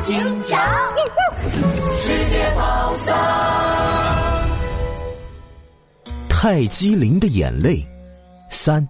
警长，世界宝藏。 泰姬陵的眼泪3。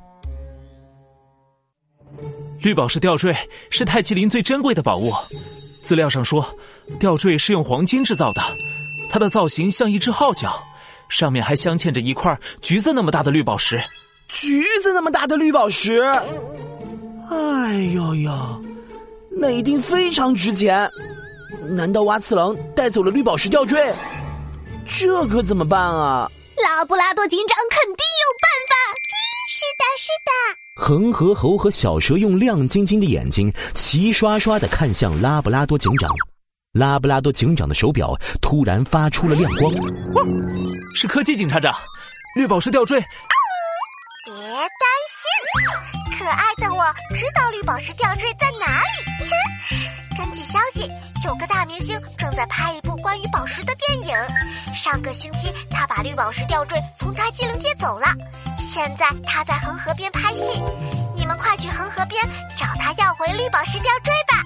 绿宝石吊坠是泰姬陵最珍贵的宝物，资料上说吊坠是用黄金制造的，它的造型像一只号角，上面还镶嵌着一块橘子那么大的绿宝石。 橘子那么大的绿宝石，哎呦呦，那一定非常值钱。难道挖次郎带走了绿宝石吊坠？这可怎么办啊？ 拉布拉多警长肯定有办法。是的，是的。 恒河猴和小蛇用亮晶晶的眼睛齐刷刷地看向拉布拉多警长。拉布拉多警长的手表突然发出了亮光。 是科技警察长，绿宝石吊坠。 别担心，可爱的我知道绿宝石吊坠在哪里。根据消息，有个大明星正在拍一部关于宝石的电影。上个星期他把绿宝石吊坠从泰姬陵借走了，现在他在恒河边拍戏。你们快去恒河边找他要回绿宝石吊坠吧。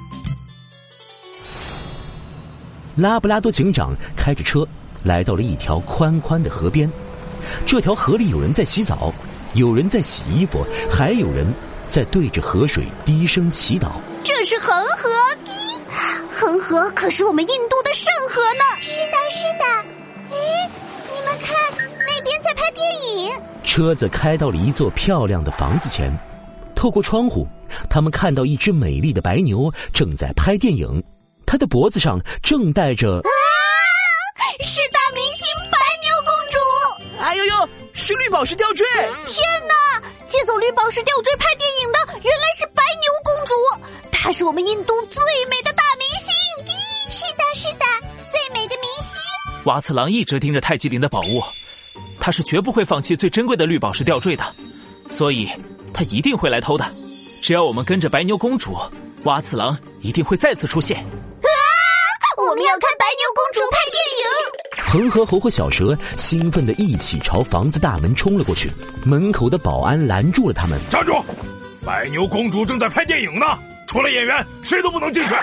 拉布拉多警长开着车来到了一条宽宽的河边，这条河里有人在洗澡，有人在洗衣服，还有人在对着河水低声祈祷。 这是恒河，恒河可是我们印度的圣河呢。是的，是的。诶，你们看，那边在拍电影。 车子开到了一座漂亮的房子前，透过窗户，他们看到一只美丽的白牛正在拍电影，它的脖子上正戴着是大明星白牛公主。 哎呦呦，是绿宝石吊坠！ 天哪，借走绿宝石吊坠拍电影的原来是白牛公主，她是我们印度最美的大明星。是的，是的，最美的明星。 瓦次郎一直盯着泰姬陵的宝物，他是绝不会放弃最珍贵的绿宝石吊坠的，所以他一定会来偷的。只要我们跟着白牛公主，瓦次郎一定会再次出现。 我们要看白牛公主拍电影。 恒河猴和小蛇兴奋地一起朝房子大门冲了过去，门口的保安拦住了他们。 站住！白牛公主正在拍电影呢，除了演员谁都不能进去。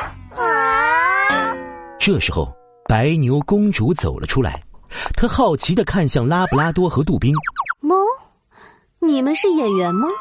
这时候白牛公主走了出来，她好奇地看向拉布拉多和杜宾。 你们是演员吗？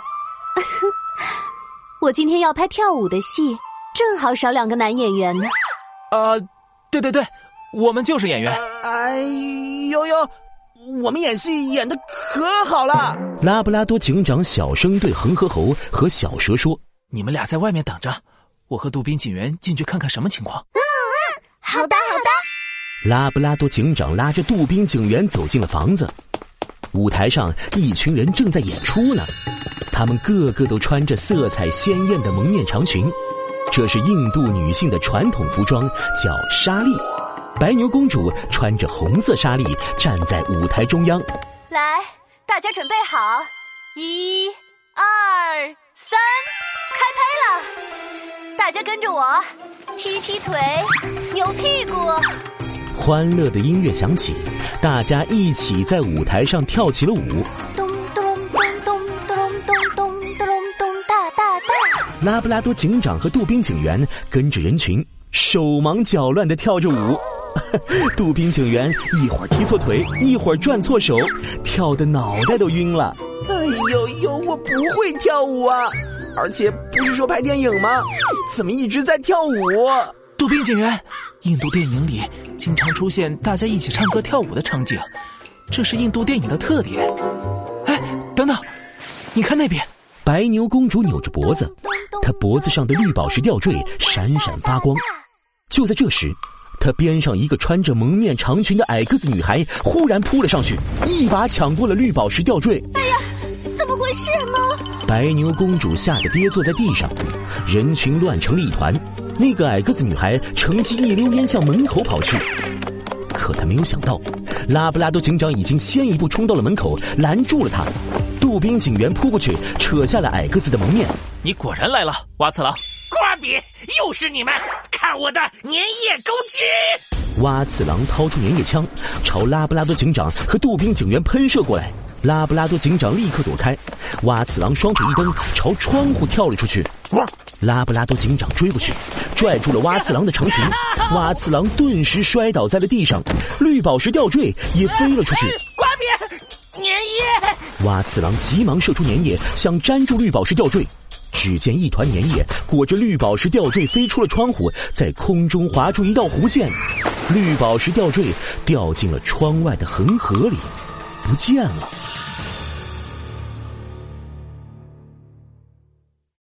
我今天要拍跳舞的戏，正好少2个男演员呢。 对，我们就是演员。 哎呦呦，我们演戏演得可好了。 拉布拉多警长小声对恒河猴和小蛇说： 你们俩在外面等着，我和杜宾警员进去看看什么情况。 好的，好的。 拉布拉多警长拉着杜宾警员走进了房子。舞台上一群人正在演出呢，他们个个都穿着色彩鲜艳的蒙面长裙，这是印度女性的传统服装，叫纱丽。白牛公主穿着红色纱丽站在舞台中央。 来，大家准备好，1、2、3，开拍了！大家跟着我，踢踢腿，扭屁股。 欢乐的音乐响起，大家一起在舞台上跳起了舞。 咚咚咚咚咚咚咚咚咚哒哒哒。 拉布拉多警长和杜宾警员跟着人群手忙脚乱地跳着舞。杜宾警员一会儿踢错腿，一会儿转错手，跳得脑袋都晕了。 哎呦呦，我不会跳舞啊！而且不是说拍电影吗？怎么一直在跳舞？ 杜宾警员，印度电影里经常出现大家一起唱歌跳舞的场景，这是印度电影的特点。哎，等等，你看那边。 白牛公主扭着脖子，她脖子上的绿宝石吊坠闪闪发光。就在这时，她边上一个穿着蒙面长裙的矮个子女孩忽然扑了上去，一把抢过了绿宝石吊坠。 哎呀，怎么回事呢？ 白牛公主吓得跌坐在地上，人群乱成了一团。那个矮个子女孩乘机一溜烟向门口跑去，可她没有想到，拉布拉多警长已经先一步冲到了门口，拦住了她。杜宾警员扑过去，扯下了矮个子的蒙面。 你果然来了，瓦次郎。 瓜比，又是你们！看我的粘液攻击！ 蛙次郎掏出粘液枪，朝拉布拉多警长和杜宾警员喷射过来。拉布拉多警长立刻躲开，蛙次郎双腿一蹬，朝窗户跳了出去。 拉布拉多警长追过去，拽住了蛙次郎的长裙，蛙次郎顿时摔倒在了地上，绿宝石吊坠也飞了出去。 刮灭粘液！ 蛙次郎急忙射出粘液，想粘住绿宝石吊坠。只见一团粘液裹着绿宝石吊坠飞出了窗户，在空中划出一道弧线，绿宝石吊坠掉进了窗外的恒河里，不见了。